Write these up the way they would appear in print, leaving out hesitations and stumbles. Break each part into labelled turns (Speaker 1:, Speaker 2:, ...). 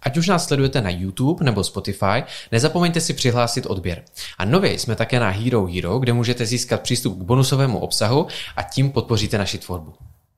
Speaker 1: Ať už nás sledujete na YouTube nebo Spotify, nezapomeňte si přihlásit odběr. A nově jsme také na Hero Hero, kde můžete získat přístup k bonusovému obsahu a tím podpoříte naši tvorbu.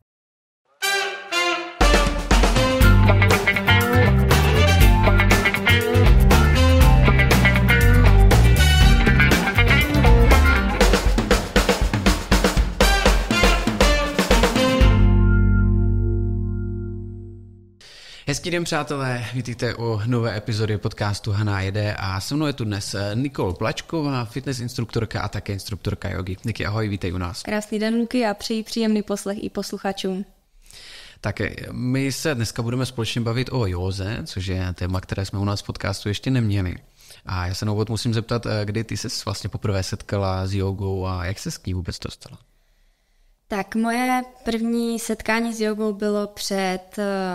Speaker 1: Hezký den, přátelé, vítejte u nové epizody podcastu Hana jede a se mnou je tu dnes Nikol Plačková, fitness instruktorka a také instruktorka jogy. Niky, ahoj, vítej u nás.
Speaker 2: Krásný den, Luky, a přeji příjemný poslech i posluchačům.
Speaker 1: Tak my se dneska budeme společně bavit o józe, což je téma, které jsme u nás v podcastu ještě neměli. A já se na úvod musím zeptat, kdy ty ses vlastně poprvé setkala s jogou a jak se s ní vůbec dostala?
Speaker 2: Tak moje první setkání s jogou bylo před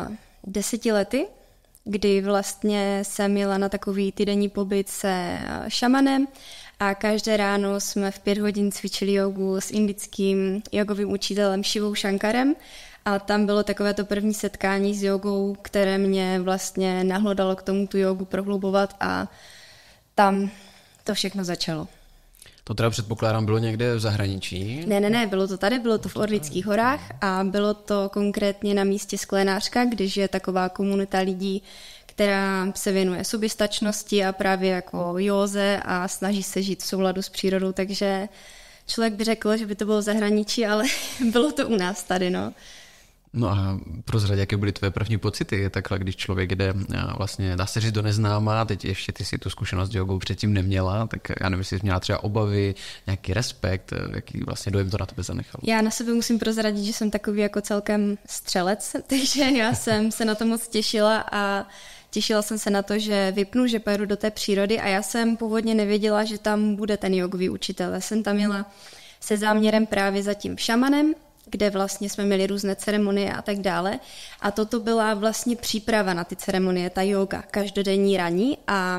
Speaker 2: 10 lety, kdy vlastně jsem jela na takový týdenní pobyt se šamanem a každé ráno jsme v 5 hodin cvičili jogu s indickým jogovým učitelem Shivou Shankarem a tam bylo takové to první setkání s jogou, které mě vlastně nahlodalo k tomu tu jogu prohlubovat a tam to všechno začalo.
Speaker 1: To teda předpokládám bylo někde v zahraničí?
Speaker 2: Ne, bylo to tady, bylo to v Orlických horách a bylo to konkrétně na místě Sklenářka, když je taková komunita lidí, která se věnuje soběstačnosti a právě jako józe a snaží se žít v souladu s přírodou, takže člověk by řekl, že by to bylo v zahraničí, ale bylo to u nás tady, no.
Speaker 1: No a prozrať, jaké byly tvoje první pocity? Je takhle, když člověk jde vlastně, dá se říct, do neznáma, teď ještě ty si tu zkušenost s jogou předtím neměla, tak já nevím, jestli jsi měla třeba obavy, nějaký respekt, jaký vlastně dojem to na tebe zanechalo?
Speaker 2: Já na sebe musím prozradit, že jsem takový jako celkem střelec, takže já jsem se na to moc těšila a těšila jsem se na to, že vypnu, že pojedu do té přírody a já jsem původně nevěděla, že tam bude ten jogový učitel. Já jsem tam jela se záměrem právě za tím šamanem, kde vlastně jsme měli různé ceremonie a tak dále. A toto byla vlastně příprava na ty ceremonie, ta yoga, každodenní ranní. A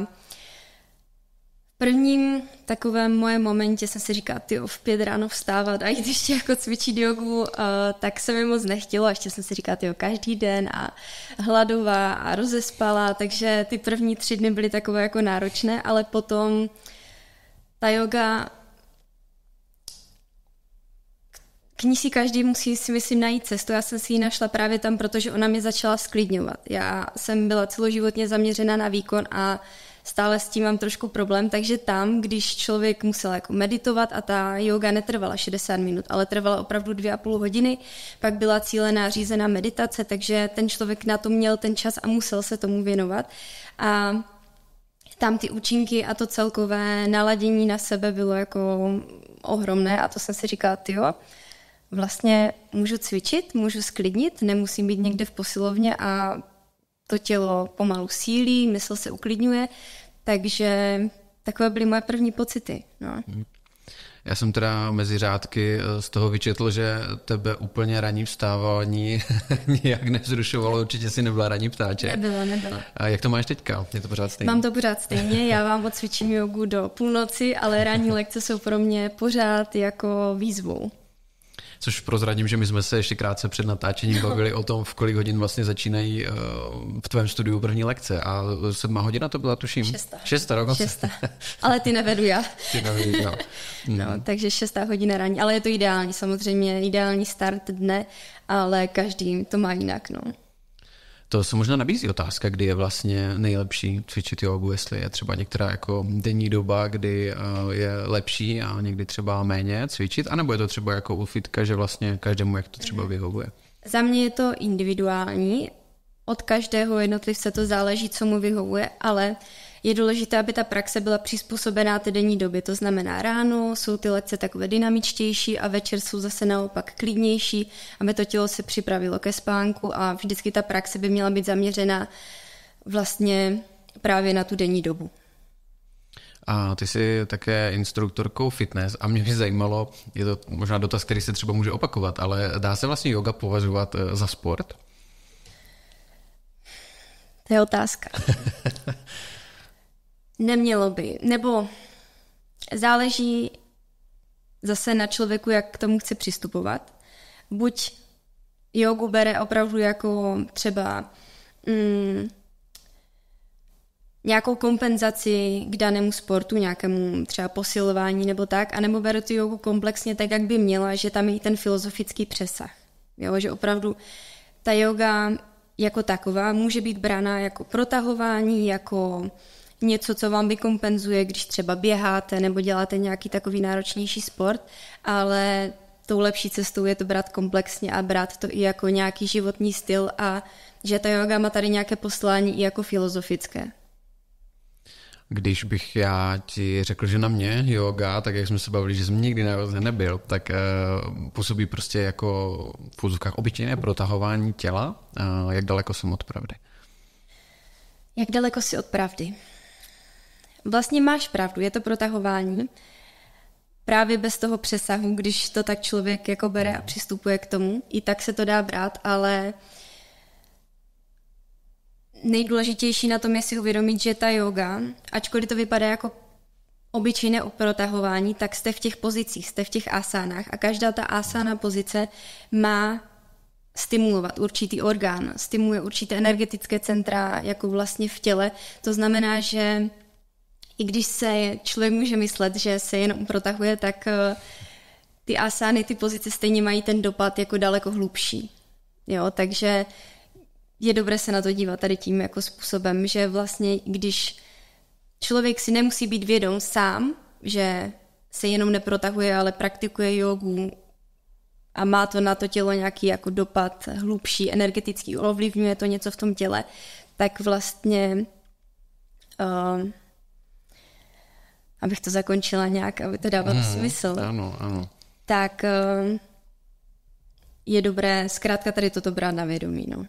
Speaker 2: v prvním takovém mojem momentě jsem si říkala, v 5 ráno vstávat a jít ještě jako cvičit jogu, tak se mi moc nechtělo. A ještě jsem si říkala, každý den a hladová a rozespala, takže ty první 3 dny byly takové jako náročné, ale potom ta yoga, k ní si každý musí, si myslím, najít cestu. Já jsem si ji našla právě tam, protože ona mě začala sklidňovat. Já jsem byla celoživotně zaměřena na výkon a stále s tím mám trošku problém, takže tam, když člověk musel jako meditovat a ta yoga netrvala 60 minut, ale trvala opravdu 2,5 hodiny, pak byla cílená řízená meditace, takže ten člověk na to měl ten čas a musel se tomu věnovat. A tam ty účinky a to celkové naladění na sebe bylo jako ohromné a to jsem si říkala, vlastně můžu cvičit, můžu sklidnit, nemusím být někde v posilovně a to tělo pomalu sílí, mysl se uklidňuje, takže takové byly moje první pocity. No.
Speaker 1: Já jsem teda mezi řádky z toho vyčetl, že tebe úplně ranní vstávání nijak nevzrušovalo, určitě si nebyla ranní ptáček.
Speaker 2: Nebyla.
Speaker 1: A jak to máš teďka? Je to pořád stejně?
Speaker 2: Mám to pořád stejně, já vám odcvičím jogu do půlnoci, ale ranní lekce jsou pro mě pořád jako výzvou.
Speaker 1: Což prozradím, že my jsme se ještě krátce před natáčením bavili o tom, v kolik hodin vlastně začínají v tvém studiu první lekce. A 7 hodina to byla, tuším? 6 dokonce.
Speaker 2: 6. Ale ty nevedu já.
Speaker 1: Jo.
Speaker 2: No, takže 6 hodina ranní, ale je to ideální, samozřejmě ideální start dne, ale každý to má jinak, no.
Speaker 1: To se možná nabízí otázka, kdy je vlastně nejlepší cvičit jogu, jestli je třeba některá jako denní doba, kdy je lepší a někdy třeba méně cvičit, anebo je to třeba jako u fitka, že vlastně každému jak to třeba vyhovuje?
Speaker 2: Za mě je to individuální, od každého jednotlivce to záleží, co mu vyhovuje, ale je důležité, aby ta praxe byla přizpůsobená té denní době. To znamená ráno jsou ty lekce takové dynamičtější a večer jsou zase naopak klidnější, aby to tělo se připravilo ke spánku a vždycky ta praxe by měla být zaměřena vlastně právě na tu denní dobu.
Speaker 1: A ty jsi také instruktorkou fitness a mě by zajímalo, je to možná dotaz, který se třeba může opakovat, ale dá se vlastně yoga považovat za sport?
Speaker 2: To je otázka. Nemělo by, nebo záleží zase na člověku, jak k tomu chce přistupovat. Buď jogu bere opravdu jako třeba nějakou kompenzaci k danému sportu, nějakému třeba posilování nebo tak, anebo beru tu jogu komplexně tak, jak by měla, že tam je i ten filozofický přesah. Jo, že opravdu ta yoga jako taková může být brána jako protahování, jako něco, co vám vykompenzuje, když třeba běháte nebo děláte nějaký takový náročnější sport, ale tou lepší cestou je to brát komplexně a brát to i jako nějaký životní styl a že ta yoga má tady nějaké poslání i jako filozofické.
Speaker 1: Když bych já ti řekl, že na mě yoga, tak jak jsme se bavili, že jsem nikdy na joze nebyl, tak působí prostě jako v úzovkách obyčejné protahování těla. Jak daleko jsem od pravdy?
Speaker 2: Jak daleko jsi od pravdy? Vlastně máš pravdu, je to protahování. Právě bez toho přesahu, když to tak člověk jako bere a přistupuje k tomu, i tak se to dá brát, ale nejdůležitější na tom je si uvědomit, že ta yoga, ačkoliv to vypadá jako obyčejné protahování, tak jste v těch pozicích, jste v těch asánách a každá ta asana pozice má stimulovat určitý orgán, stimuluje určité energetické centra jako vlastně v těle. To znamená, že i když se člověk může myslet, že se jenom protahuje, tak ty asány, ty pozice stejně mají ten dopad jako daleko hlubší. Jo, takže je dobré se na to dívat tady tím jako způsobem, že vlastně když člověk si nemusí být vědom sám, že se jenom neprotahuje, ale praktikuje jogu a má to na to tělo nějaký jako dopad hlubší, energetický, ovlivňuje to něco v tom těle, tak vlastně abych to zakončila nějak, aby to dávalo smysl.
Speaker 1: Ano.
Speaker 2: Tak je dobré zkrátka tady toto brát na vědomí. No.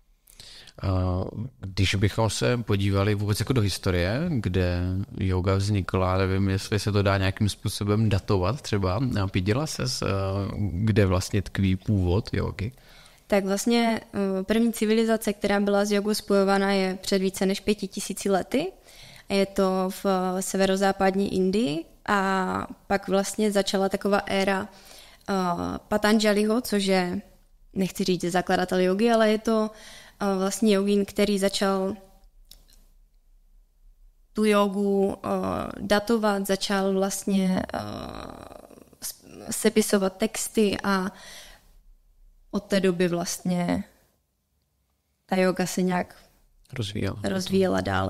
Speaker 1: Když bychom se podívali vůbec jako do historie, kde yoga vznikla, nevím, jestli se to dá nějakým způsobem datovat třeba, viděla ses, kde vlastně tkví původ jogy?
Speaker 2: Tak vlastně první civilizace, která byla s jogou spojovaná, je před více než 5000 lety. Je to v severozápadní Indii a pak vlastně začala taková éra Patanjaliho, což je, nechci říct zakladatel jogy, ale je to vlastně jogín, který začal tu jogu datovat, začal vlastně sepisovat texty a od té doby vlastně ta joga se nějak rozvíjela dále.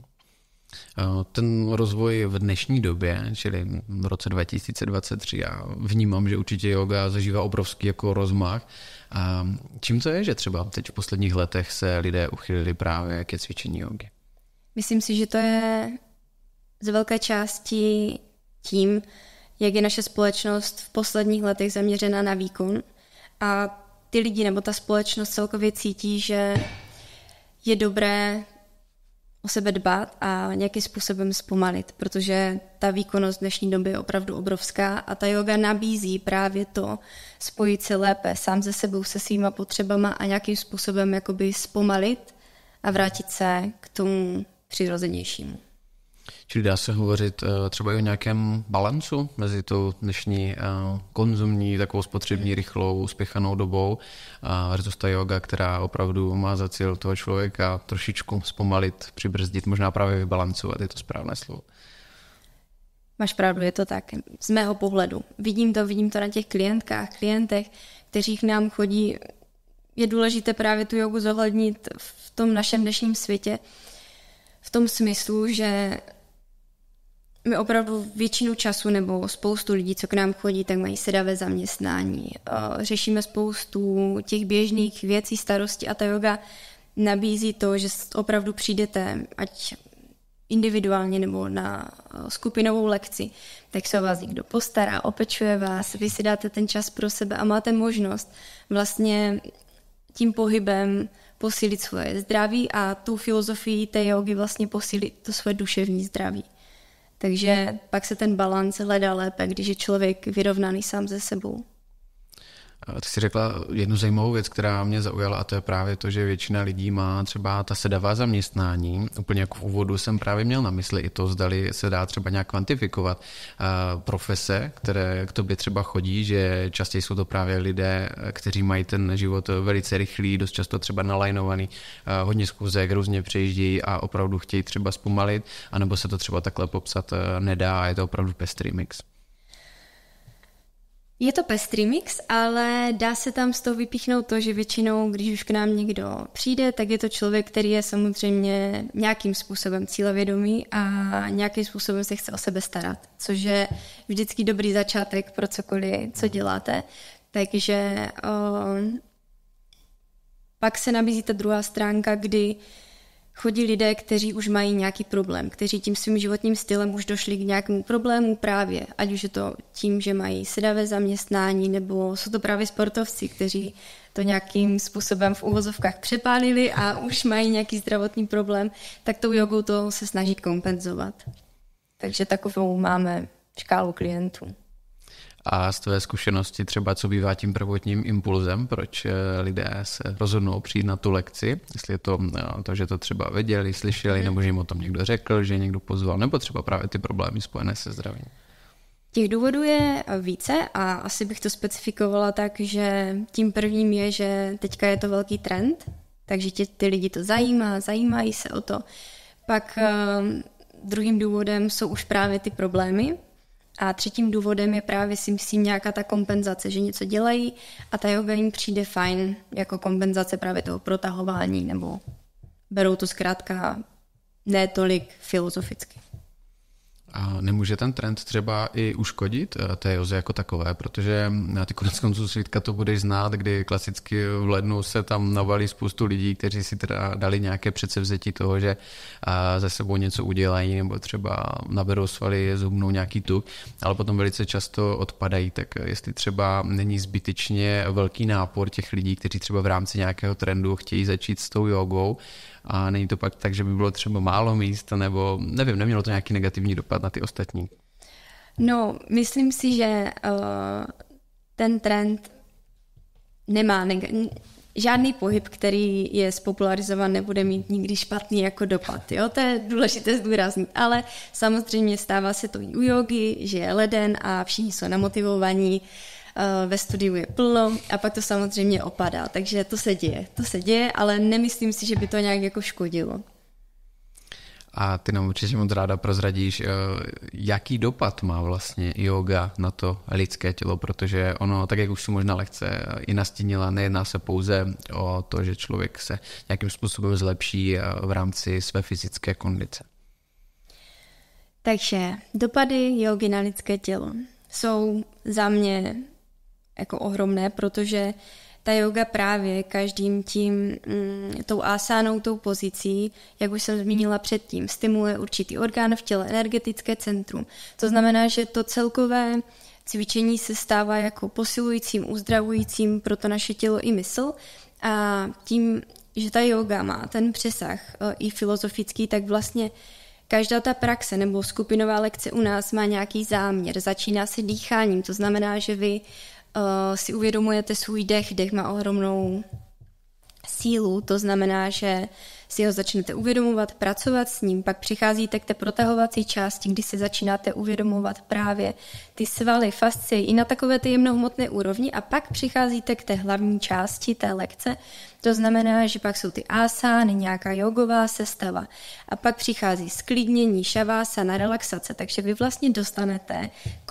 Speaker 1: Ten rozvoj v dnešní době, čili v roce 2023, já vnímám, že určitě yoga zažívá obrovský jako rozmach. A čím to je, že třeba teď v posledních letech se lidé uchylili právě ke cvičení jogy?
Speaker 2: Myslím si, že to je z velké části tím, jak je naše společnost v posledních letech zaměřena na výkon a ty lidi nebo ta společnost celkově cítí, že je dobré o sebe dbát a nějakým způsobem zpomalit, protože ta výkonnost v dnešní době je opravdu obrovská a ta yoga nabízí právě to spojit se lépe sám se sebou, se svýma potřebama a nějakým způsobem jakoby zpomalit a vrátit se k tomu přirozenějšímu.
Speaker 1: Čili dá se hovořit třeba i o nějakém balancu mezi tou dnešní konzumní, takovou spotřební, rychlou, uspěchanou dobou versus ta yoga, která opravdu má za cíl toho člověka trošičku zpomalit, přibrzdit, možná právě vybalancovat, je to správné slovo.
Speaker 2: Máš pravdu, je to tak. Z mého pohledu. Vidím to na těch klientech, kteří k nám chodí. Je důležité právě tu jogu zohlednit v tom našem dnešním světě, v tom smyslu, že my opravdu většinu času nebo spoustu lidí, co k nám chodí, tak mají sedavé zaměstnání. Řešíme spoustu těch běžných věcí, starostí a ta yoga nabízí to, že opravdu přijdete, ať individuálně nebo na skupinovou lekci, tak se o vás někdo postará, opečuje vás, vy si dáte ten čas pro sebe a máte možnost vlastně tím pohybem posílit svoje zdraví a tou filozofií té jogy vlastně posílit to svoje duševní zdraví. Takže pak se ten balans hledá lépe, když je člověk vyrovnaný sám se sebou.
Speaker 1: Ty jsi řekla jednu zajímavou věc, která mě zaujala, a to je právě to, že většina lidí má třeba ta sedavá zaměstnání. Úplně jako v úvodu jsem právě měl na mysli i to, zdali se dá třeba nějak kvantifikovat profese, které k tobě třeba chodí, že častěji jsou to právě lidé, kteří mají ten život velice rychlý, dost často třeba nalajnovaný, hodně schůzek, různě přejíždějí a opravdu chtějí třeba zpomalit, anebo se to třeba takhle popsat nedá a je to opravdu pestrý mix.
Speaker 2: Je to pestrý mix, ale dá se tam z toho vypíchnout to, že většinou, když už k nám někdo přijde, tak je to člověk, který je samozřejmě nějakým způsobem cílevědomý a nějakým způsobem se chce o sebe starat, což je vždycky dobrý začátek pro cokoliv, co děláte. Takže pak se nabízí ta druhá stránka, kdy chodí lidé, kteří už mají nějaký problém, kteří tím svým životním stylem už došli k nějakému problému právě, ať už je to tím, že mají sedavé zaměstnání, nebo jsou to právě sportovci, kteří to nějakým způsobem v uvozovkách přepálili a už mají nějaký zdravotní problém, tak tou jogou to se snaží kompenzovat. Takže takovou máme škálu klientů.
Speaker 1: A z tvé zkušenosti třeba, co bývá tím prvotním impulzem, proč lidé se rozhodnou přijít na tu lekci, jestli je to, že to třeba věděli, slyšeli, nebo že jim o tom někdo řekl, že někdo pozval, nebo třeba právě ty problémy spojené se zdravím.
Speaker 2: Těch důvodů je více a asi bych to specifikovala tak, že tím prvním je, že teďka je to velký trend, takže ty lidi to zajímají se o to. Pak druhým důvodem jsou už právě ty problémy, a třetím důvodem je právě si myslím nějaká ta kompenzace, že něco dělají a ta yoga jim přijde fajn jako kompenzace právě toho protahování, nebo berou to zkrátka ne tolik filozoficky.
Speaker 1: A nemůže ten trend třeba i uškodit té józe jako takové, protože na ty koneckonců Svítka to budeš znát, kdy klasicky v lednu se tam navalí spoustu lidí, kteří si teda dali nějaké předsevzetí toho, že za sebou něco udělají, nebo třeba naberou svaly, zhubnou nějaký tuk, ale potom velice často odpadají, tak jestli třeba není zbytečně velký nápor těch lidí, kteří třeba v rámci nějakého trendu chtějí začít s tou jogou, a není to pak tak, že by bylo třeba málo míst, nebo nevím, nemělo to nějaký negativní dopad na ty ostatní?
Speaker 2: No, myslím si, že ten trend nemá žádný pohyb, který je spopularizovan, nebude mít nikdy špatný jako dopad. Jo? To je důležité zdůraznit. Ale samozřejmě stává se to i u jogy, že je leden a všichni jsou namotivovaní, ve studiu je plno a pak to samozřejmě opadá. Takže to se děje, ale nemyslím si, že by to nějak jako škodilo.
Speaker 1: A ty nám určitě moc ráda prozradíš, jaký dopad má vlastně yoga na to lidské tělo, protože ono, tak jak už si možná lehce i nastínila, nejedná se pouze o to, že člověk se nějakým způsobem zlepší v rámci své fyzické kondice.
Speaker 2: Takže dopady jogy na lidské tělo jsou za mě jako ohromné, protože ta yoga právě každým tím, tou asánou, tou pozicí, jak už jsem zmínila předtím, stimuluje určitý orgán v těle, energetické centrum. To znamená, že to celkové cvičení se stává jako posilujícím, uzdravujícím pro to naše tělo i mysl a tím, že ta yoga má ten přesah i filozofický, tak vlastně každá ta praxe nebo skupinová lekce u nás má nějaký záměr. Začíná se dýcháním, to znamená, že vy si uvědomujete svůj dech. Dech má ohromnou sílu, to znamená, že si ho začnete uvědomovat, pracovat s ním, pak přicházíte k té protahovací části, kdy si začínáte uvědomovat právě ty svaly, fascie i na takové ty jemnohmotné úrovni a pak přicházíte k té hlavní části té lekce, to znamená, že pak jsou ty asány, nějaká jogová sestava a pak přichází sklidnění, šavásana, relaxace, takže vy vlastně dostanete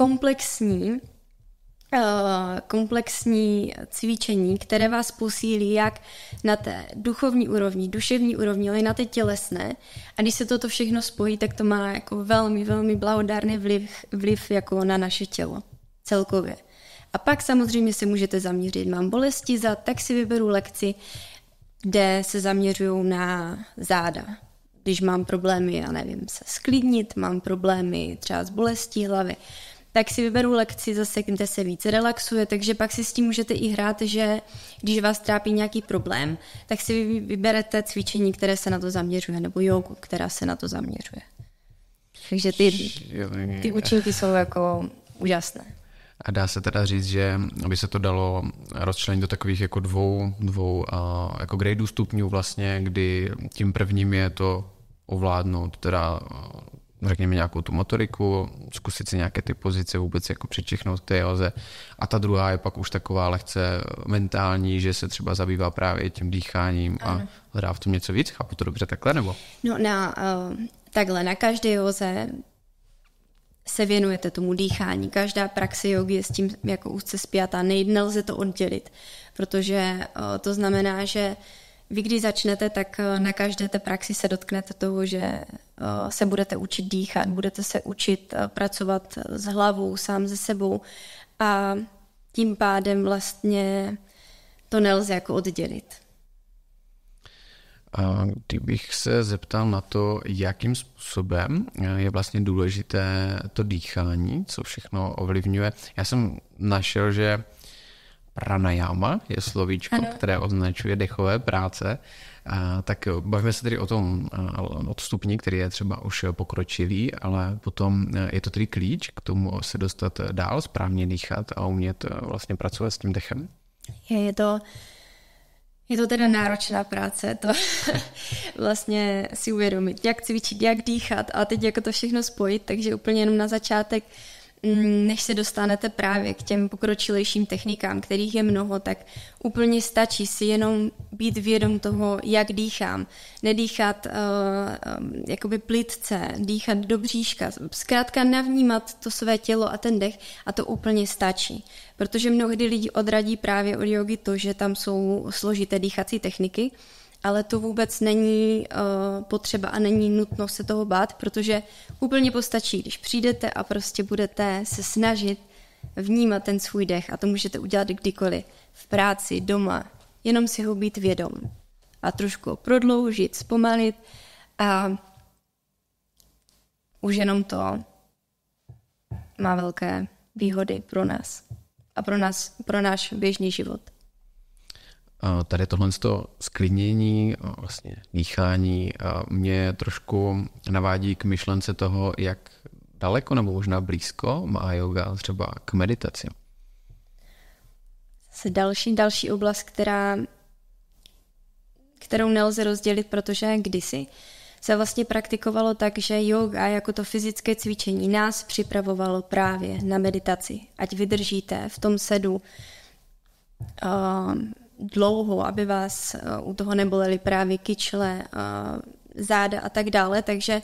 Speaker 2: komplexní cvičení, které vás posílí jak na té duchovní úrovni, duševní úrovni, ale i na té tělesné. A když se toto všechno spojí, tak to má jako velmi, velmi blahodárný vliv jako na naše tělo celkově. A pak samozřejmě se můžete zaměřit. Mám bolesti zad, tak si vyberu lekci, kde se zaměřují na záda. Když mám problémy, já nevím, se sklidnit, mám problémy třeba s bolestí hlavy, tak si vyberu lekci zase, kde se více relaxuje, takže pak si s tím můžete i hrát, že když vás trápí nějaký problém, tak si vyberete cvičení, které se na to zaměřuje, nebo jogu, která se na to zaměřuje. Takže ty účinky jsou jako úžasné.
Speaker 1: A dá se teda říct, že aby se to dalo rozčlenit do takových jako dvou jako gradeů stupňů vlastně, kdy tím prvním je to ovládnout teda řekněme nějakou tu motoriku, zkusit si nějaké ty pozice vůbec jako přičichnout k té józe. A ta druhá je pak už taková lehce mentální, že se třeba zabývá právě tím dýcháním a hledá v tom něco víc. Chápu to dobře takhle, nebo?
Speaker 2: No takhle, na každé józe se věnujete tomu dýchání. Každá praxe jogy je s tím jako úzce spjatá. Nelze to oddělit, protože to znamená, že vy, když začnete, tak na každé té praxi se dotknete toho, že se budete učit dýchat, budete se učit pracovat s hlavou, sám se sebou a tím pádem vlastně to nelze jako oddělit.
Speaker 1: A kdybych se zeptal na to, jakým způsobem je vlastně důležité to dýchání, co všechno ovlivňuje. Já jsem našel, že pranayama je slovíčko, které označuje dechové práce. Tak bavíme se tedy o tom odstupni, který je třeba už pokročilý, ale potom je to tedy klíč k tomu se dostat dál, správně dýchat a umět vlastně pracovat s tím dechem?
Speaker 2: Je to teda náročná práce, to vlastně si uvědomit, jak cvičit, jak dýchat a teď jako to všechno spojit, takže úplně jenom na začátek, než se dostanete právě k těm pokročilejším technikám, kterých je mnoho, tak úplně stačí si jenom být vědom toho, jak dýchám. Nedýchat jakoby plitce, dýchat do bříška, zkrátka navnímat to své tělo a ten dech a to úplně stačí. Protože mnohdy lidi odradí právě od jogy to, že tam jsou složité dýchací techniky, ale to vůbec není potřeba a není nutno se toho bát, protože úplně postačí, když přijdete a prostě budete se snažit vnímat ten svůj dech a to můžete udělat kdykoliv, v práci, doma, jenom si ho být vědom a trošku ho prodloužit, zpomalit a už jenom to má velké výhody pro nás a pro náš běžný život.
Speaker 1: Tady tohle sklidnění, vlastně dýchání mě trošku navádí k myšlence toho, jak daleko nebo možná blízko má yoga třeba k meditaci.
Speaker 2: Další oblast, kterou nelze rozdělit, protože kdysi se vlastně praktikovalo tak, že yoga jako to fyzické cvičení nás připravovalo právě na meditaci. Ať vydržíte v tom sedu dlouho, aby vás u toho nebolely právě kyčle, záda a tak dále. Takže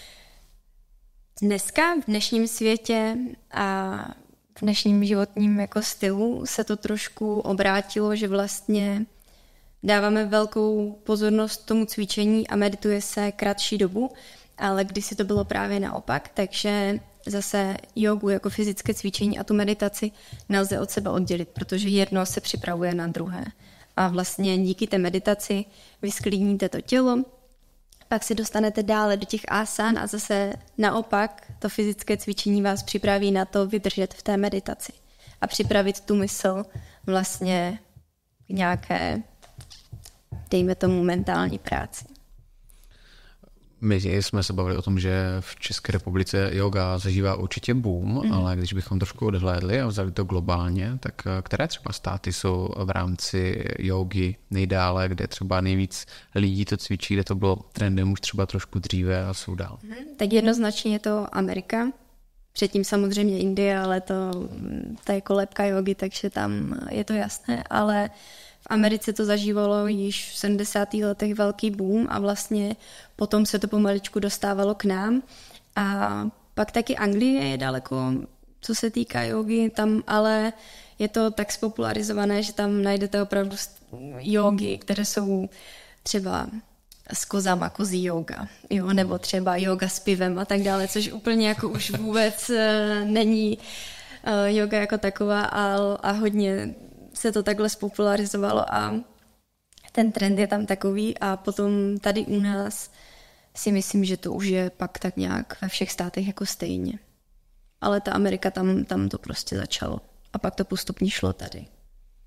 Speaker 2: dneska v dnešním světě a v dnešním životním jako stylu se to trošku obrátilo, že vlastně dáváme velkou pozornost tomu cvičení a medituje se kratší dobu, ale kdysi to bylo právě naopak, takže zase jogu jako fyzické cvičení a tu meditaci nelze od sebe oddělit, protože jedno se připravuje na druhé. A vlastně díky té meditaci vy sklidníte to tělo, pak se dostanete dále do těch asán a zase naopak to fyzické cvičení vás připraví na to vydržet v té meditaci a připravit tu mysl vlastně k nějaké, dejme tomu, mentální práci.
Speaker 1: My jsme se bavili o tom, že v České republice yoga zažívá určitě boom, ale když bychom trošku odhlédli a vzali to globálně, tak které třeba státy jsou v rámci jógy nejdále, kde třeba nejvíc lidí to cvičí, kde to bylo trendem už třeba trošku dříve a jsou dál?
Speaker 2: Tak jednoznačně je to Amerika, předtím samozřejmě Indie, ale to je kolébka jógy, takže tam je to jasné, ale v Americe to zažívalo již v 70. letech velký boom a vlastně potom se to pomaličku dostávalo k nám. A pak taky Anglie je daleko, co se týká jógy, tam ale je to tak spopularizované, že tam najdete opravdu jógy, které jsou třeba s kozama, kozí jóga, jo, nebo třeba jóga s pivem a tak dále, což úplně jako už vůbec není jóga jako taková a hodně se to takhle spopularizovalo a ten trend je tam takový a potom tady u nás si myslím, že to už je pak tak nějak ve všech státech jako stejně. Ale ta Amerika tam to prostě začalo a pak to postupně šlo tady.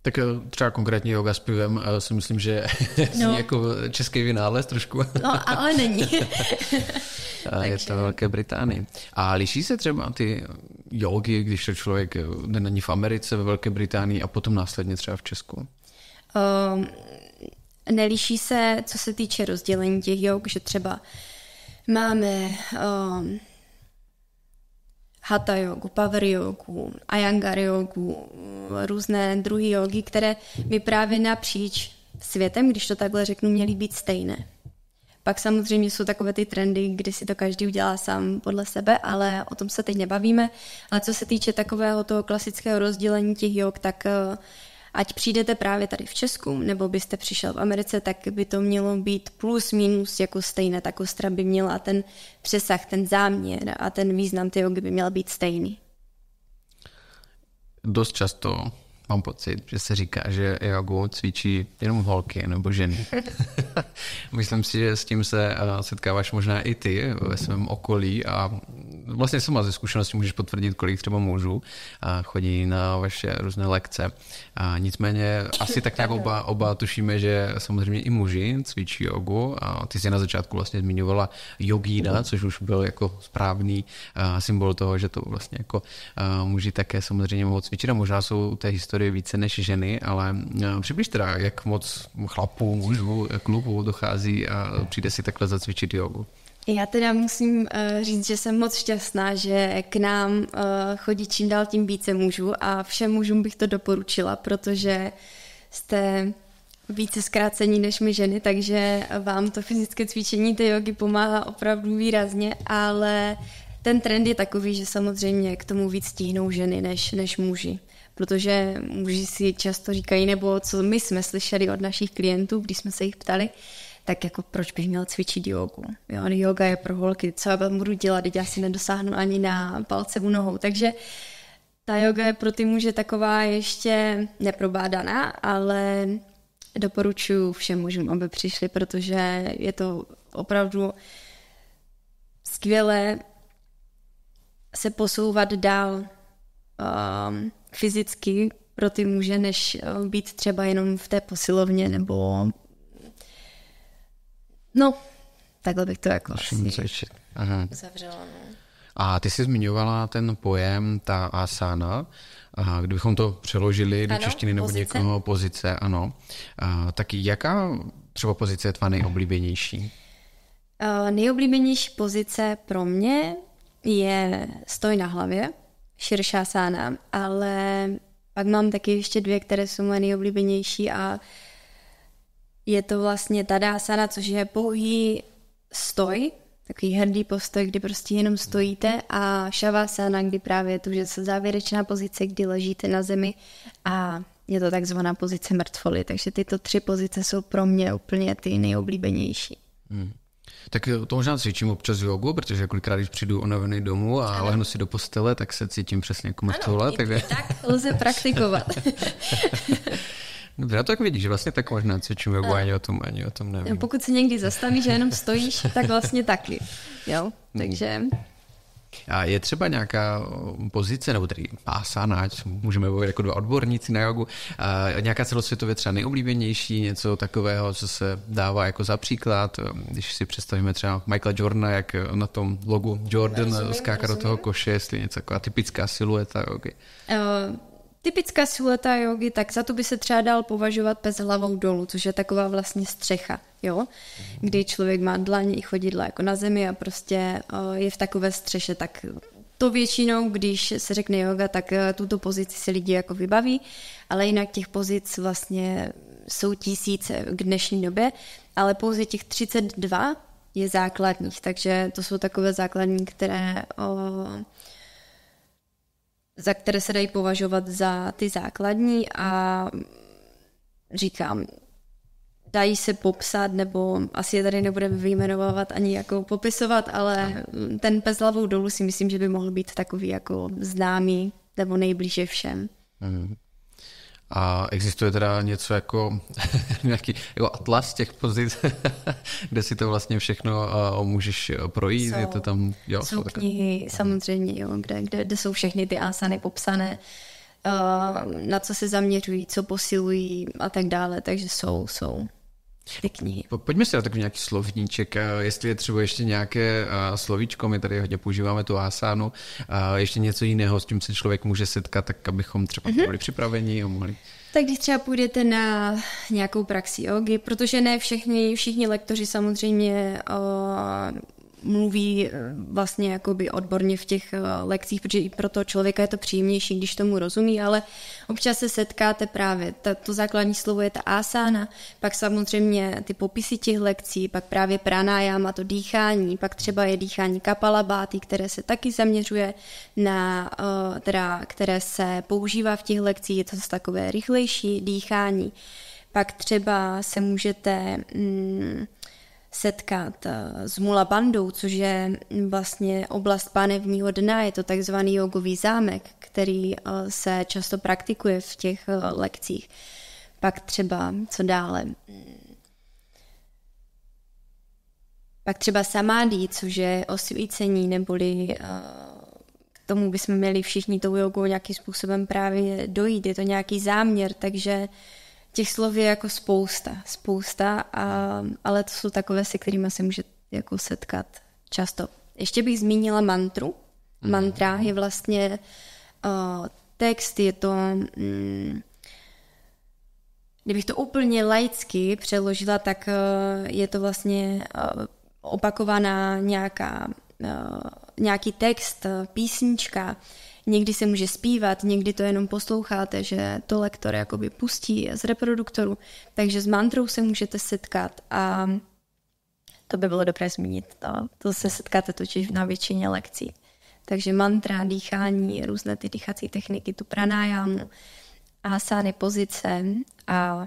Speaker 1: Tak třeba konkrétně yoga s pivem si myslím, že zní jako český vynález trošku.
Speaker 2: No, ale není.
Speaker 1: A je to Velké Británii. A liší se třeba ty jogy, když to člověk jde na ní v Americe, ve Velké Británii a potom následně třeba v Česku?
Speaker 2: Neliší se, co se týče rozdělení těch jog, že třeba máme hatha jogu, power jogu, iyengar jogu, různé druhy jogy, které by právě napříč světem, když to takhle řeknu, měly být stejné. Pak samozřejmě jsou takové ty trendy, kdy si to každý udělá sám podle sebe, ale o tom se teď nebavíme. Ale co se týče takového toho klasického rozdělení těch jog, tak ať přijdete právě tady v Česku, nebo byste přišel v Americe, tak by to mělo být plus minus jako stejné. Ta kostra by měla ten přesah, ten záměr a ten význam té jogy by měl být stejný.
Speaker 1: Dost často mám pocit, že se říká, že jogu cvičí jenom holky nebo ženy. Myslím si, že s tím se setkáváš možná i ty ve svém okolí a vlastně sama ze zkušenosti můžeš potvrdit, kolik třeba mužů chodí na vaše různé lekce. A nicméně asi tak nějak oba tušíme, že samozřejmě i muži cvičí jogu a ty jsi na začátku vlastně zmiňovala jogína, což už byl jako správný symbol toho, že to vlastně jako muži také samozřejmě mohou cvičit a možná jsou u té historie více než ženy, ale přibliž teda, jak moc chlapů, mužů, klubů dochází a přijde si takhle zacvičit jogu.
Speaker 2: Já teda musím říct, že jsem moc šťastná, že k nám chodí čím dál tím více mužů a všem mužům bych to doporučila, protože jste více zkrácení než my ženy, takže vám to fyzické cvičení té jogy pomáhá opravdu výrazně, ale ten trend je takový, že samozřejmě k tomu víc stíhnou ženy než muži. Protože muži si často říkají, nebo co my jsme slyšeli od našich klientů, když jsme se jich ptali, tak jako proč bych měl cvičit jogu? Jo, yoga je pro holky, co já budu dělat, teď já si nedosáhnu ani na palce u nohou. Takže ta yoga je pro ty muže taková ještě neprobádaná, ale doporučuji všem mužům, aby přišli, protože je to opravdu skvělé se posouvat dál fyzicky pro ty muže, než být třeba jenom v té posilovně nebo no, takhle bych to jako uzavřela. No.
Speaker 1: A ty jsi zmiňovala ten pojem, ta asana, kdybychom to přeložili do češtiny nebo někoho pozice, ano. Tak jaká třeba pozice je tvá nejoblíbenější?
Speaker 2: Nejoblíbenější pozice pro mě je stoj na hlavě, širšásána, ale pak mám taky ještě dvě, které jsou moje nejoblíbenější a je to vlastně tadásana, což je pouhý stoj, takový hrdý postoj, kdy prostě jenom stojíte a šavasana, kdy právě je to, že se závěrečná pozice, kdy ležíte na zemi a je to takzvaná pozice mrtvoly, takže tyto tři pozice jsou pro mě úplně ty nejoblíbenější.
Speaker 1: Tak to možná cvičím občas jogu, protože kolikrát, když přijdu unavený domů a lehnu si do postele, tak se cítím přesně jako mrtvola.
Speaker 2: Tak lze praktikovat.
Speaker 1: Dobře, to tak vidíš, že vlastně tak možná cvičím jogu, ani o tom nevím.
Speaker 2: Pokud se někdy zastavíš, že jenom stojíš, tak vlastně taky. Jo, takže...
Speaker 1: A je třeba nějaká pozice, nebo tedy asana, ať můžeme mluvit jako dva odborníci na jogu, nějaká celosvětově třeba nejoblíbenější, něco takového, co se dává jako za příklad, když si představíme třeba Michaela Jordana, jak na tom logu Jordan skáká do toho koše, jestli něco taková typická silueta jogy.
Speaker 2: Typická silueta jogy, tak za to by se třeba dal považovat pes hlavou dolů, což je taková vlastně střecha, jo? Kdy člověk má dlaně i chodidla jako na zemi a prostě je v takové střeše, tak to většinou, když se řekne yoga, tak tuto pozici si lidi jako vybaví, ale jinak těch pozic vlastně jsou tisíce k dnešní době, ale pouze těch 32 je základních, takže to jsou takové základní, za které se dají považovat za ty základní a říkám, dají se popsat, nebo asi je tady nebudeme vyjmenovávat ani jako popisovat, ale ten pes hlavou dolů si myslím, že by mohl být takový jako známý nebo nejblíže všem.
Speaker 1: A existuje teda něco jako nějaký jako atlas těch pozic, kde si to vlastně všechno můžeš projít? Je to tam,
Speaker 2: jsou knihy, samozřejmě, jo, kde jsou všechny ty asany popsané. na co se zaměřují, co posilují a tak dále, takže jsou ty knihy.
Speaker 1: Pojďme si na takový nějaký slovníček, jestli je třeba ještě nějaké slovíčko, my tady hodně používáme tu asánu, ještě něco jiného, s tím se člověk může setkat, tak abychom třeba byli připraveni a mohli...
Speaker 2: Tak když třeba půjdete na nějakou praxi jógy, protože ne všichni lektoři samozřejmě mluví vlastně jakoby odborně v těch lekcích, protože i pro toho člověka je to příjemnější, když tomu rozumí, ale občas se setkáte právě, to základní slovo je ta asána, pak samozřejmě ty popisy těch lekcí, pak právě pranayama, to dýchání, pak třeba je dýchání kapalabháti, které se taky zaměřuje na, které se používá v těch lekcích, je to zase takové rychlejší dýchání. Pak třeba se můžete setkat s Mula bandou, což je vlastně oblast pánevního dna, je to takzvaný jogový zámek, který se často praktikuje v těch lekcích. Pak třeba, co dále? Pak třeba samády, což je osvícení, neboli k tomu bychom měli všichni tou jogou nějakým způsobem právě dojít. Je to nějaký záměr, takže těch slov je jako spousta, ale to jsou takové, se kterými se můžete jako setkat často. Ještě bych zmínila mantru. Mantra je vlastně text, je to, kdybych to úplně laicky přeložila, tak je to vlastně opakovaná nějaký text, písnička. Někdy se může zpívat, někdy to jenom posloucháte, že to lektor jakoby pustí z reproduktoru, takže s mantrou se můžete setkat a to by bylo dobré zmínit. To se setkáte totiž na většině lekcí. Takže mantra, dýchání, různé ty dýchací techniky, tu pranayamu, asány, pozice a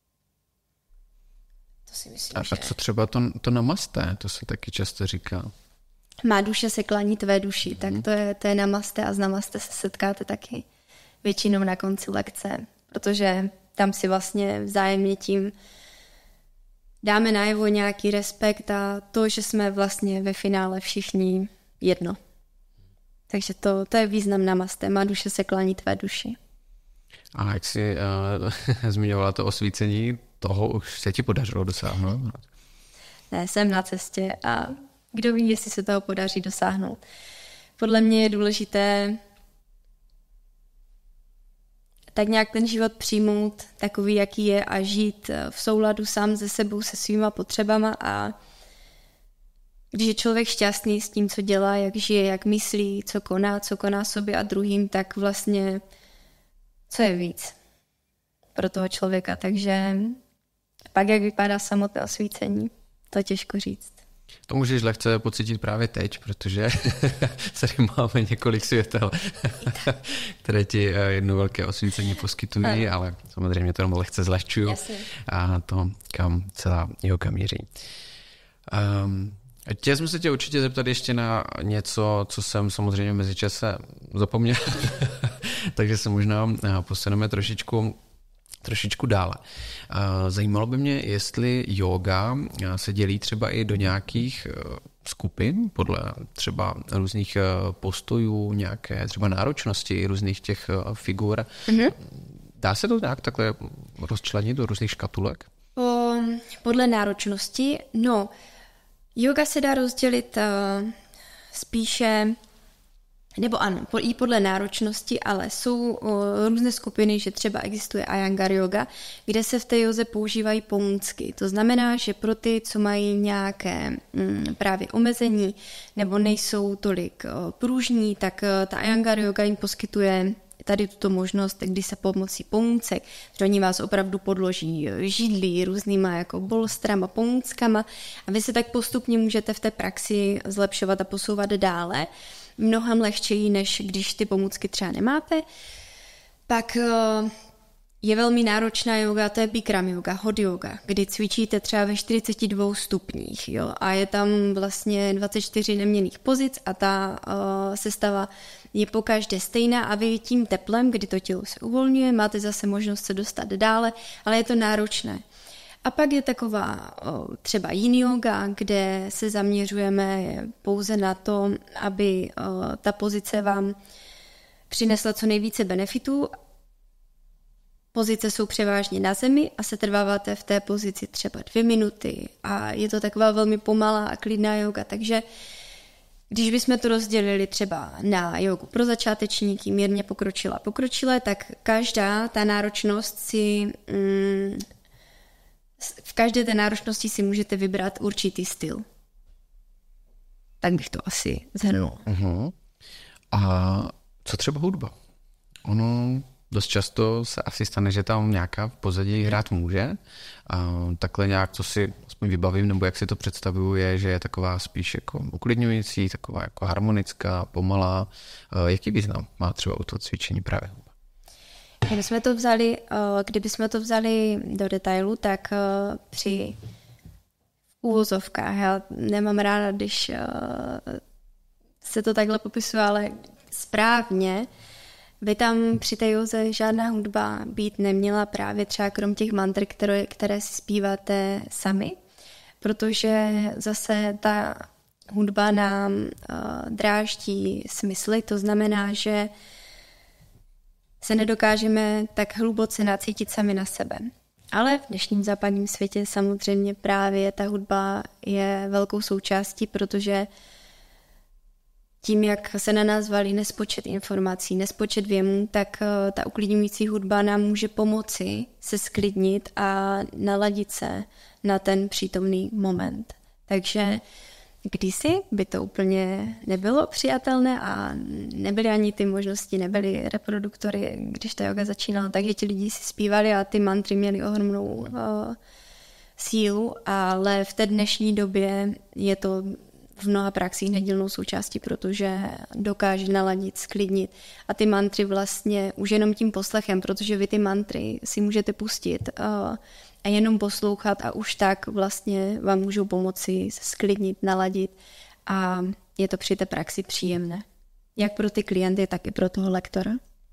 Speaker 2: to si myslím,
Speaker 1: a co třeba to namaste, to se taky často říká.
Speaker 2: Má duše se klaní tvé duši, tak to je namaste a z namaste se setkáte taky většinou na konci lekce, protože tam si vlastně vzájemně tím dáme najevo nějaký respekt a to, že jsme vlastně ve finále všichni jedno. Takže to je význam namaste, má duše se klaní tvé duši.
Speaker 1: A jak jsi zmiňovala to osvícení, toho už se ti podařilo dosáhnout?
Speaker 2: Ne, jsem na cestě a kdo ví, jestli se toho podaří dosáhnout. Podle mě je důležité tak nějak ten život přijmout takový, jaký je a žít v souladu sám se sebou, se svýma potřebama a když je člověk šťastný s tím, co dělá, jak žije, jak myslí, co koná sobě a druhým, tak vlastně co je víc pro toho člověka. Takže pak, jak vypadá samotné osvícení, to je těžko říct.
Speaker 1: To můžeš lehce pocítit právě teď, protože tady máme několik světel, které ti jedno velké osvícení poskytují, ale samozřejmě to jenom lehce zlehčuju a to, kam celá yoga míří. Chtěl jsem se tě určitě zeptat ještě na něco, co jsem samozřejmě mezičase zapomněl, takže se možná posuneme trošičku dále. Zajímalo by mě, jestli yoga se dělí třeba i do nějakých skupin, podle třeba různých postojů, nějaké třeba náročnosti, různých těch figur. Mm-hmm. Dá se to nějak takhle rozčlenit do různých škatulek?
Speaker 2: Podle náročnosti? No, yoga se dá rozdělit spíše, nebo ano, i podle náročnosti, ale jsou různé skupiny, že třeba existuje Iyengar yoga, kde se v té józe používají pomůcky. To znamená, že pro ty, co mají nějaké právě omezení nebo nejsou tolik pružní, tak ta Iyengar yoga jim poskytuje tady tuto možnost, kdy se pomocí pomůcek, že oni vás opravdu podloží židlí různýma jako bolstrama, pomůckama a vy se tak postupně můžete v té praxi zlepšovat a posouvat dále. Mnohem lehčeji, než když ty pomůcky třeba nemáte. Pak je velmi náročná yoga, to je Bikram yoga, hot yoga, kdy cvičíte třeba ve 42 stupních, jo, a je tam vlastně 24 neměnných pozic a ta sestava je pokaždé stejná a vy tím teplem, kdy to tělo se uvolňuje, máte zase možnost se dostat dále, ale je to náročné. A pak je taková třeba yin yoga, kde se zaměřujeme pouze na to, aby ta pozice vám přinesla co nejvíce benefitů. Pozice jsou převážně na zemi a setrváváte v té pozici třeba 2 minuty a je to taková velmi pomalá a klidná jóga, takže když bychom to rozdělili třeba na jógu pro začátečníky, mírně pokročilé, tak každá ta náročnost si v každé té náročnosti si můžete vybrat určitý styl. Tak bych to asi shrnul.
Speaker 1: Uh-huh. A co třeba hudba? Ono dost často se asi stane, že tam nějaká v pozadí hrát může. A takhle nějak, co si aspoň vybavím, nebo jak si to představuju, je, že je taková spíš jako uklidňující, taková jako harmonická, pomalá. Jaký význam má třeba u toho cvičení právě hudba?
Speaker 2: Kdybychom to vzali do detailu, tak při úvozovkách, já nemám ráda, když se to takhle popisuje, ale správně, by tam při té józe žádná hudba být neměla, právě třeba krom těch mantr, které si zpíváte sami, protože zase ta hudba nám dráždí smysly, to znamená, že se nedokážeme tak hluboce nacítit sami na sebe. Ale v dnešním západním světě samozřejmě právě ta hudba je velkou součástí, protože tím, jak se na nás valí nespočet informací, nespočet věmů, tak ta uklidňující hudba nám může pomoci se sklidnit a naladit se na ten přítomný moment. Takže kdysi by to úplně nebylo přijatelné a nebyly ani ty možnosti, nebyly reproduktory, když ta yoga začínala, takže ti lidi si zpívali a ty mantry měly ohromnou sílu, ale v té dnešní době je to v mnoha praxích nedílnou součástí, protože dokáže naladit, sklidnit. A ty mantry vlastně už jenom tím poslechem, protože vy ty mantry si můžete pustit a jenom poslouchat a už tak vlastně vám můžou pomoci se sklidnit, naladit a je to při té praxi příjemné. Jak pro ty klienty, tak i pro toho lektora.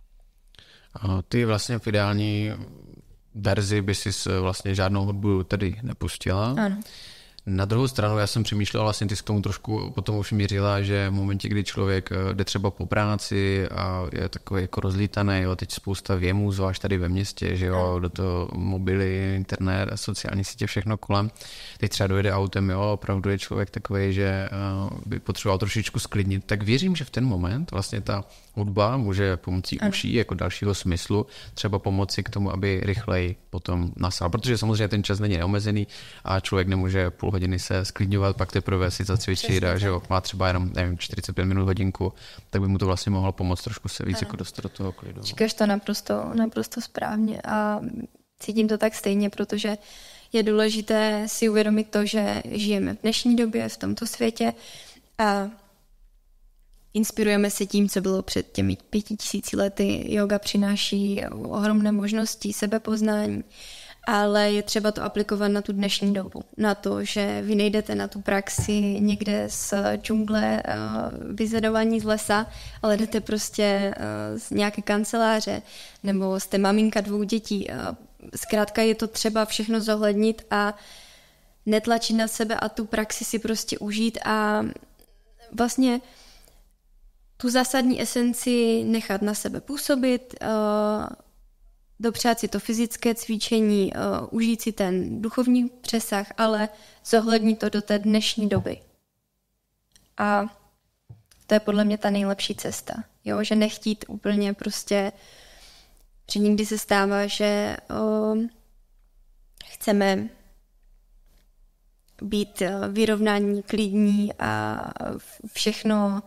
Speaker 1: A ty vlastně v ideální verzi by si vlastně žádnou hudbu tedy nepustila.
Speaker 2: Ano.
Speaker 1: Na druhou stranu já jsem přemýšlel, vlastně ty s k tomu trošku potom už mířila, že v momentě, kdy člověk jde třeba po práci a je takový jako rozlítaný, jo, teď spousta věmů, zvlášť tady ve městě, že jo, do toho mobily, internet, sociální sítě, všechno kolem. Teď třeba dojede autem, jo, opravdu je člověk takový, že by potřeboval trošičku sklidnit, tak věřím, že v ten moment vlastně ta hudba může pomocí uší jako dalšího smyslu třeba pomoci k tomu, aby rychleji potom nasál, protože samozřejmě ten čas není neomezený a člověk nemůže půl hodiny se sklidňovat, pak teprve si zacvičit a že jo, má třeba jenom, nevím, 45 minut, hodinku, tak by mu to vlastně mohlo pomoct trošku se víc jako dostat do toho klidu.
Speaker 2: Říkáš to naprosto správně a cítím to tak stejně, protože je důležité si uvědomit to, že žijeme v dnešní době, v tomto světě a inspirujeme se tím, co bylo před těmi 5000 lety. Yoga přináší ohromné možnosti sebepoznání, ale je třeba to aplikovat na tu dnešní dobu. Na to, že vy nejdete na tu praxi někde z džungle, vyzvedování z lesa, ale jdete prostě z nějaké kanceláře, nebo jste maminka 2 dětí. Zkrátka je to třeba všechno zohlednit a netlačit na sebe a tu praxi si prostě užít a vlastně tu zásadní esenci nechat na sebe působit, dopřát si to fyzické cvičení, užít si ten duchovní přesah, ale zohlednit to do té dnešní doby. A to je podle mě ta nejlepší cesta. Jo? Že nechtít úplně prostě, že někdy se stává, že chceme být vyrovnaní, klidní a všechno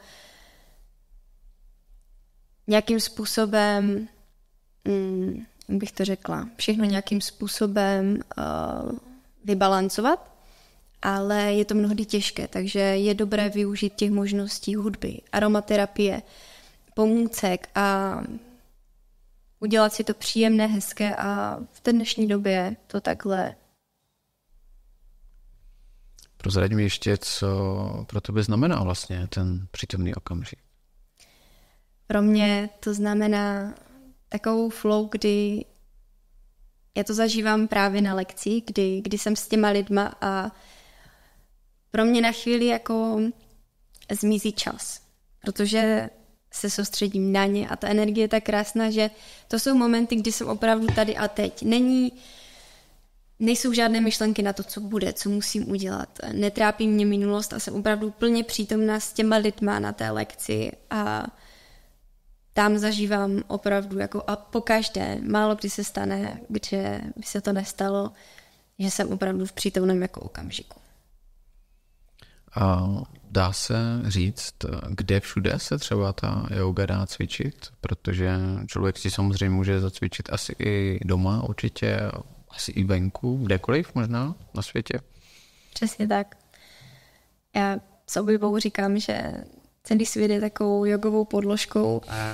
Speaker 2: nějakým způsobem, jak bych to řekla, všechno nějakým způsobem vybalancovat, ale je to mnohdy těžké, takže je dobré využít těch možností hudby, aromaterapie, pomůcek a udělat si to příjemné, hezké a v té dnešní době to takhle.
Speaker 1: Prozraď mi ještě, co pro tebe znamená vlastně ten přítomný okamžik.
Speaker 2: Pro mě to znamená takovou flow, kdy já to zažívám právě na lekci, kdy jsem s těma lidma a pro mě na chvíli jako zmizí čas. Protože se soustředím na ně a ta energie je tak krásná, že to jsou momenty, kdy jsem opravdu tady a teď. Nejsou žádné myšlenky na to, co bude, co musím udělat. Netrápí mě minulost a jsem opravdu plně přítomná s těma lidma na té lekci a tam zažívám opravdu jako a pokaždé, málo kdy se stane, kde by se to nestalo, že jsem opravdu v přítomném jako okamžiku.
Speaker 1: A dá se říct, kde všude se třeba ta yoga dá cvičit? Protože člověk si samozřejmě může zacvičit asi i doma určitě, asi i venku, kdekoliv možná na světě.
Speaker 2: Přesně tak. Já s oblibou říkám, že celý svět je takovou jogovou podložkou a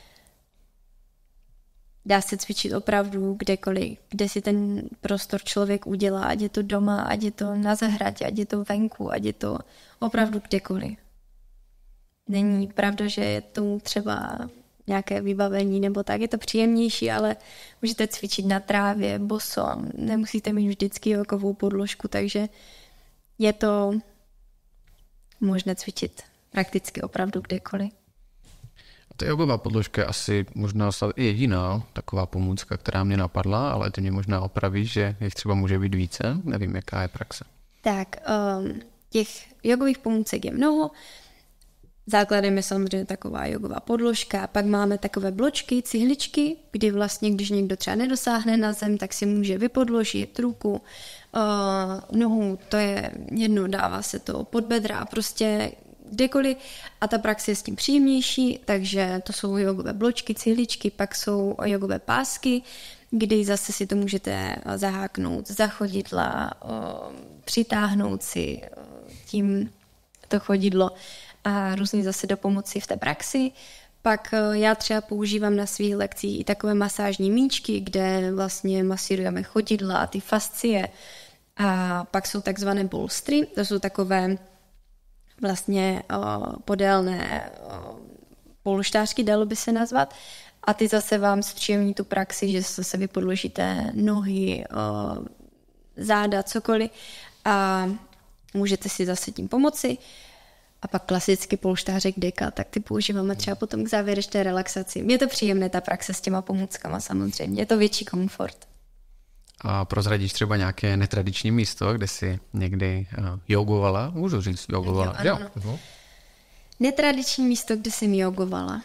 Speaker 2: dá se cvičit opravdu kdekoliv, kde si ten prostor člověk udělá, ať je to doma, ať je to na zahradě, ať je to venku, ať je to opravdu kdekoliv. Není pravda, že je tomu třeba nějaké vybavení nebo tak, je to příjemnější, ale můžete cvičit na trávě, boso, nemusíte mít vždycky jogovou podložku, takže je to možné cvičit prakticky opravdu kdekoliv.
Speaker 1: Ta jogová podložka je asi možná i jediná taková pomůcka, která mě napadla, ale ty mě možná opravíš, že jich třeba může být více. Nevím, jaká je praxe.
Speaker 2: Tak, těch jogových pomůcek je mnoho. Základem je samozřejmě taková jogová podložka, pak máme takové bločky, cihličky, kdy vlastně, když někdo třeba nedosáhne na zem, tak si může vypodložit ruku, nohu, to je jedno, dává se to pod bedra, prostě kdekoliv a ta praxe je s tím příjemnější, takže to jsou jogové bločky, cihličky, pak jsou jogové pásky, kdy zase si to můžete zaháknout za chodidla, přitáhnout si tím to chodidlo a různě zase do pomoci v té praxi. Pak já třeba používám na svých lekcích i takové masážní míčky, kde vlastně masírujeme chodidla a ty fascie. A pak jsou takzvané bolstry, to jsou takové vlastně podélné polštářky, dalo by se nazvat. A ty zase vám zpříjemní tu praxi, že zase vy podložíte nohy, záda, cokoliv a můžete si zase tím pomoci. A pak klasický polštářek deka, tak ty používáme třeba potom k závěrečné relaxaci. Je to příjemné ta praxe s těma pomůckama samozřejmě, je to větší komfort.
Speaker 1: A prozradíš třeba nějaké netradiční místo, kde jsi někdy jogovala? Můžu říct jogovala.
Speaker 2: Jo, ano. Netradiční místo, kde jsem jogovala.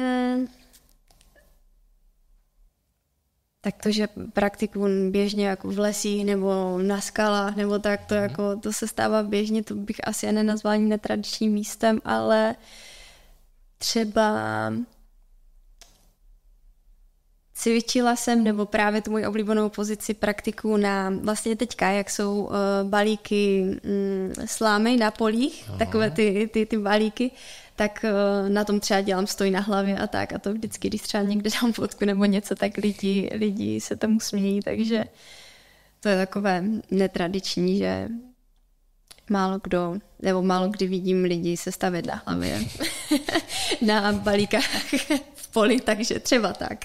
Speaker 2: Tak to, že praktikuji běžně jako v lesích nebo na skalách nebo tak, to, jako, to se stává běžně, to bych asi nenazvala netradičním místem, ale třeba cvičila jsem, nebo právě tu moji oblíbenou pozici praktikuju na vlastně teďka, jak jsou balíky slámy na polích, takové ty balíky, tak na tom třeba dělám stoj na hlavě a tak a to vždycky, když třeba někde dám fotku nebo něco, tak lidi se tomu smějí, takže to je takové netradiční, že málo kdy vidím lidi se stavět na hlavě na balíkách v poli, takže třeba tak.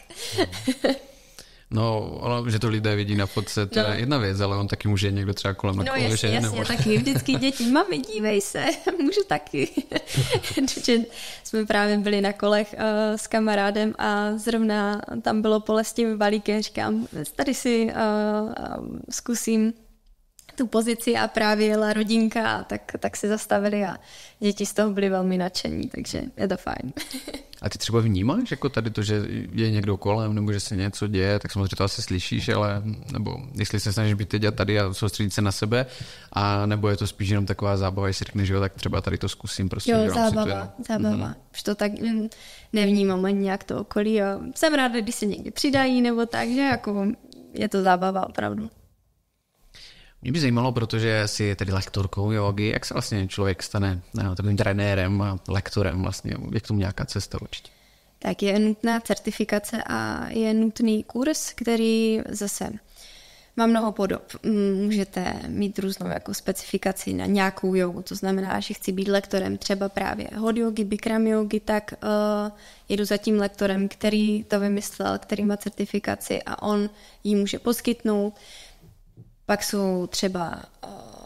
Speaker 1: No, ale že to lidé vidí na fotce, to je jedna věc, ale on taky může někdo třeba kolem na kole,
Speaker 2: jasně, taky vždycky děti, mami, dívej se, můžu taky. Jsme právě byli na kolech s kamarádem a zrovna tam bylo pole s tím balíkem, říkám, tady si zkusím tu pozici a právě jela rodinka, tak se zastavili a děti z toho byly velmi nadšení, takže je to fajn.
Speaker 1: A ty třeba vnímáš jako tady to, že je někdo kolem nebo že se něco děje, tak samozřejmě to asi slyšíš, ale nebo jestli se snažíš být teď tady a soustředit se na sebe, a nebo je to spíš jenom taková zábava, jestli řekneš, že jo, tak třeba tady to zkusím. Prostě,
Speaker 2: jo, zábava. Už to tak nevnímám ani nějak to okolí a jsem ráda, když se někdy přidají nebo tak, že jako je to zábava opravdu.
Speaker 1: Mě by zajímalo, protože jsi tedy lektorkou jógy, jak se vlastně člověk stane takovým trenérem a lektorem vlastně, je k tomu nějaká cesta určitě?
Speaker 2: Tak je nutná certifikace a je nutný kurz, který zase má mnoho podob. Můžete mít různou jako specifikaci na nějakou jogu, to znamená, že chci být lektorem třeba právě hot jogy, bikram jogy, tak jedu za tím lektorem, který to vymyslel, který má certifikaci a on ji může poskytnout. Pak jsou třeba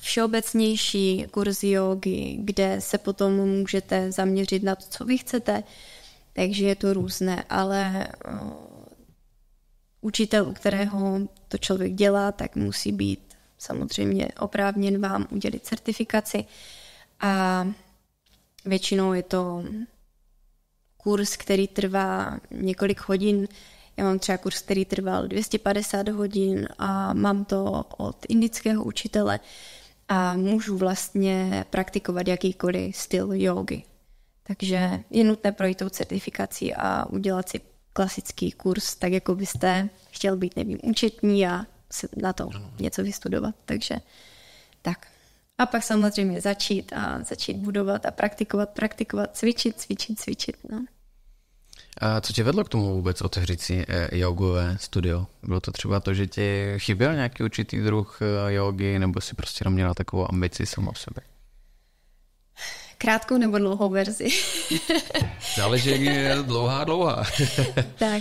Speaker 2: všeobecnější kurzy jógy, kde se potom můžete zaměřit na to, co vy chcete, takže je to různé, ale učitel, u kterého to člověk dělá, tak musí být samozřejmě oprávněn vám udělit certifikaci a většinou je to kurz, který trvá několik hodin. Já mám třeba kurz, který trval 250 hodin a mám to od indického učitele a můžu vlastně praktikovat jakýkoliv styl jógy. Takže je nutné projít tou certifikací a udělat si klasický kurz, tak jako byste chtěl být, nevím, účetní a na to něco vystudovat. Takže tak. A pak samozřejmě začít budovat a praktikovat, cvičit. No.
Speaker 1: A co tě vedlo k tomu vůbec otevřít si jogové studio? Bylo to třeba to, že ti chyběl nějaký určitý druh jogy, nebo si prostě měla takovou ambici sama v sobě?
Speaker 2: Krátkou nebo dlouhou verzi?
Speaker 1: Záleží, jak je dlouhá.
Speaker 2: Tak,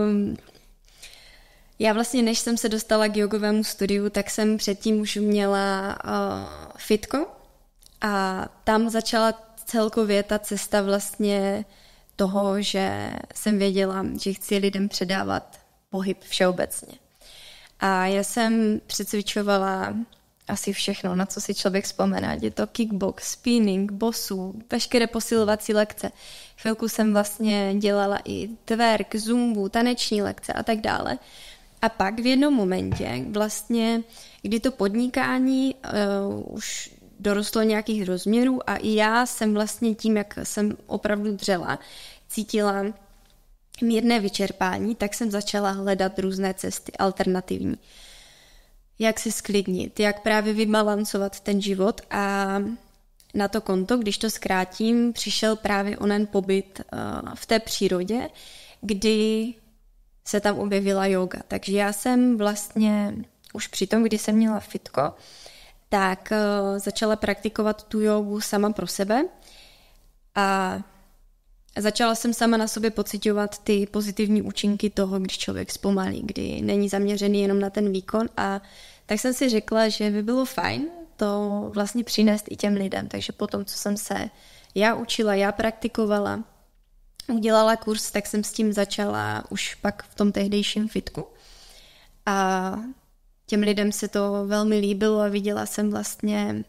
Speaker 2: já vlastně, než jsem se dostala k jogovému studiu, tak jsem předtím už měla fitko a tam začala celkově ta cesta vlastně toho, že jsem věděla, že chci lidem předávat pohyb všeobecně. A já jsem přecvičovala asi všechno, na co si člověk vzpomene. Je to kickbox, spinning, bosu, veškeré posilovací lekce. Chvilku jsem vlastně dělala i twerk, zumbu, taneční lekce a tak dále. A pak v jednom momentě vlastně, kdy to podnikání už dorostlo nějakých rozměrů a i já jsem vlastně tím, jak jsem opravdu dřela, cítila mírné vyčerpání, tak jsem začala hledat různé cesty alternativní. Jak se sklidnit, jak právě vybalancovat ten život a na to konto, když to zkrátím, přišel právě onen pobyt v té přírodě, kdy se tam objevila yoga. Takže já jsem vlastně už při tom, kdy jsem měla fitko, tak začala praktikovat tu jogu sama pro sebe a začala jsem sama na sobě pociťovat ty pozitivní účinky toho, když člověk zpomalí, kdy není zaměřený jenom na ten výkon a tak jsem si řekla, že by bylo fajn to vlastně přinést i těm lidem. Takže potom, co jsem se já učila, já praktikovala, udělala kurz, tak jsem s tím začala už pak v tom tehdejším fitku. A těm lidem se to velmi líbilo a viděla jsem vlastně,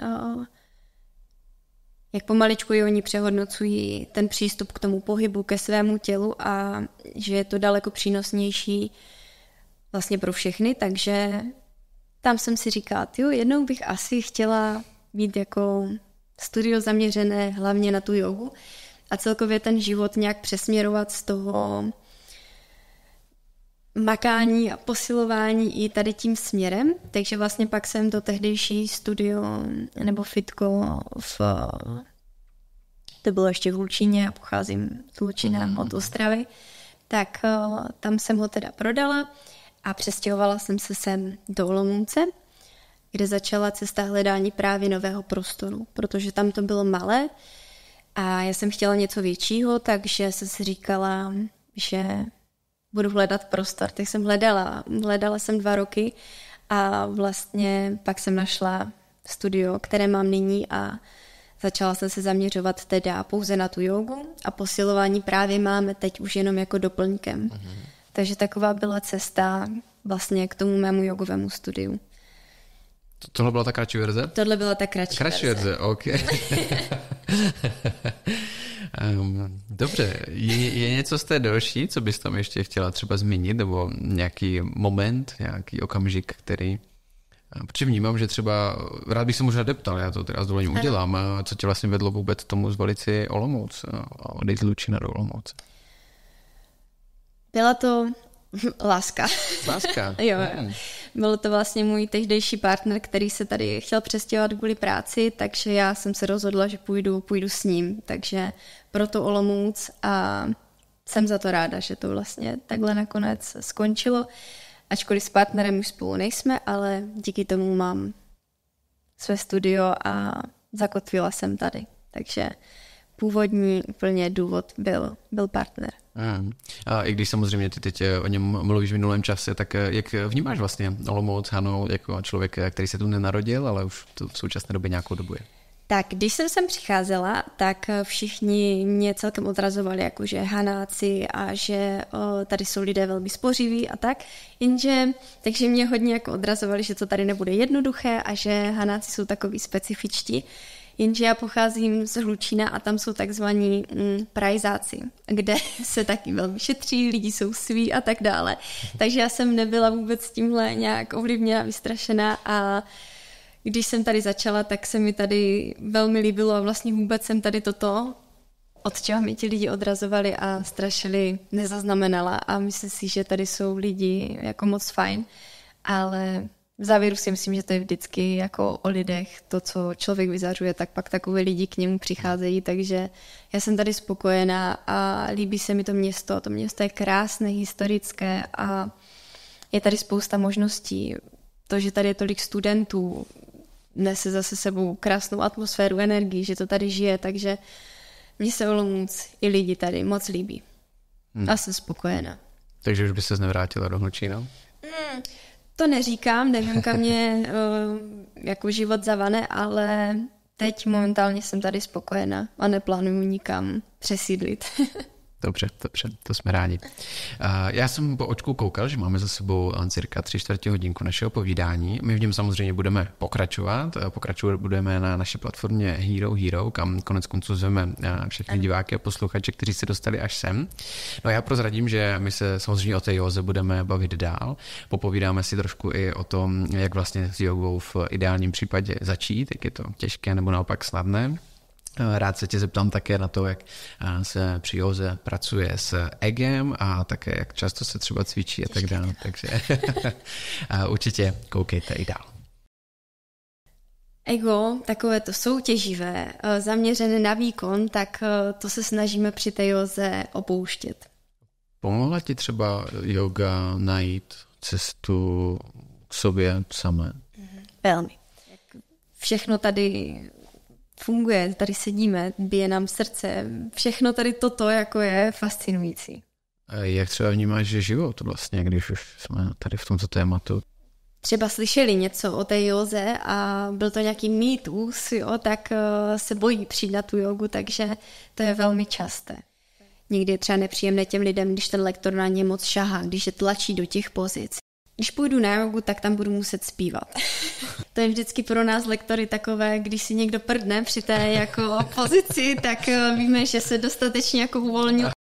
Speaker 2: jak pomaličku i oni přehodnocují ten přístup k tomu pohybu, ke svému tělu a že je to daleko přínosnější vlastně pro všechny, takže tam jsem si říkala, jednou bych asi chtěla být jako studio zaměřené hlavně na tu jogu a celkově ten život nějak přesměrovat z toho makání a posilování i tady tím směrem. Takže vlastně pak jsem to tehdejší studio nebo fitko to bylo ještě v Hlučíně, já pocházím z Hlučína od Ostravy, tak tam jsem ho teda prodala a přestěhovala jsem se sem do Olomouce, kde začala cesta hledání právě nového prostoru, protože tam to bylo malé a já jsem chtěla něco většího, takže jsem si říkala, že budu hledat prostor. Tak jsem hledala jsem 2 roky a vlastně pak jsem našla studio, které mám nyní a začala jsem se zaměřovat teda pouze na tu jogu a posilování právě máme teď už jenom jako doplňkem. Takže taková byla cesta vlastně k tomu mému jogovému studiu.
Speaker 1: Tohle byla ta kratší verze?
Speaker 2: Tohle byla ta kratší
Speaker 1: verze, ok. Dobře, je něco z té delší, co bys tam ještě chtěla třeba zmínit, nebo nějaký moment, nějaký okamžik, který... Protože vnímám, že třeba, rád bych se možná deptal, já to teda s dovolením udělám, co tě vlastně vedlo vůbec tomu zvolit si Olomouc a odejít z Hlučína do Olomouce?
Speaker 2: Byla to láska.
Speaker 1: Láska?
Speaker 2: Jo. Byl to vlastně můj tehdejší partner, který se tady chtěl přestěhovat kvůli práci, takže já jsem se rozhodla, že půjdu s ním. Takže proto Olomouc a jsem za to ráda, že to vlastně takhle nakonec skončilo. Ačkoliv s partnerem už spolu nejsme, ale díky tomu mám své studio a zakotvila jsem tady. Takže původní úplně důvod byl partner.
Speaker 1: A i když samozřejmě ty teď o něm mluvíš v minulém čase, tak jak vnímáš vlastně Olomouc, Hanu, jako člověk, který se tu nenarodil, ale už tu v současné době nějakou dobu je?
Speaker 2: Tak, když jsem sem přicházela, tak všichni mě celkem odrazovali, jakože Hanáci a že tady jsou lidé velmi spořiví a tak, takže mě hodně jako odrazovali, že to tady nebude jednoduché a že Hanáci jsou takový specifičtí, jenže já pocházím z Hlučína a tam jsou takzvaní prajzáci, kde se taky velmi šetří, lidi jsou sví a tak dále. Takže já jsem nebyla vůbec tímhle nějak ovlivněna, vystrašená a když jsem tady začala, tak se mi tady velmi líbilo a vlastně vůbec jsem tady toto, od čeho mi ti lidi odrazovali a strašili, nezaznamenala a myslím si, že tady jsou lidi jako moc fajn, ale v závěru si myslím, že to je vždycky jako o lidech, to, co člověk vyzařuje, tak pak takové lidi k němu přicházejí, takže já jsem tady spokojená a líbí se mi to město je krásné, historické a je tady spousta možností. To, že tady je tolik studentů, nese zase sebou krásnou atmosféru, energii, že to tady žije, takže mně se Olomouc i lidi tady moc líbí. A jsem spokojená.
Speaker 1: Takže už by ses nevrátila do Hlučína?
Speaker 2: To neříkám, nevím, kam mě jako život zavane, ale teď momentálně jsem tady spokojená a neplánuju nikam přesídlit.
Speaker 1: Dobře, to jsme rádi. Já jsem po očku koukal, že máme za sebou cirka 3/4 hodinku našeho povídání. My v něm samozřejmě budeme pokračovat. Pokračovat budeme na naší platformě Hero, kam konec konců zveme všechny diváky a posluchače, kteří se dostali až sem. No a já prozradím, že my se samozřejmě o té józe budeme bavit dál. Popovídáme si trošku i o tom, jak vlastně s jogou v ideálním případě začít, jak je to těžké nebo naopak snadné. Rád se tě zeptám také na to, jak se při józe pracuje s egem a také jak často se třeba cvičí a tak dále. Takže určitě koukejte i dál.
Speaker 2: Ego, takové to soutěživé, zaměřené na výkon, tak to se snažíme při té józe opouštět.
Speaker 1: Pomohla ti třeba yoga najít cestu k sobě samé?
Speaker 2: Velmi. Všechno tady funguje, tady sedíme, bije nám srdce, všechno tady toto jako je fascinující.
Speaker 1: Jak třeba vnímáš, že život vlastně, když už jsme tady v tomto tématu?
Speaker 2: Třeba slyšeli něco o té józe a byl to nějaký mýtus, tak se bojí přijít na tu jogu, takže to je velmi časté. Někdy je třeba nepříjemné těm lidem, když ten lektor na ně moc šahá, když je tlačí do těch pozic. Když půjdu na jogu, tak tam budu muset zpívat. To je vždycky pro nás lektory takové, když si někdo prdne při té jako pozici, tak víme, že se dostatečně jako uvolnil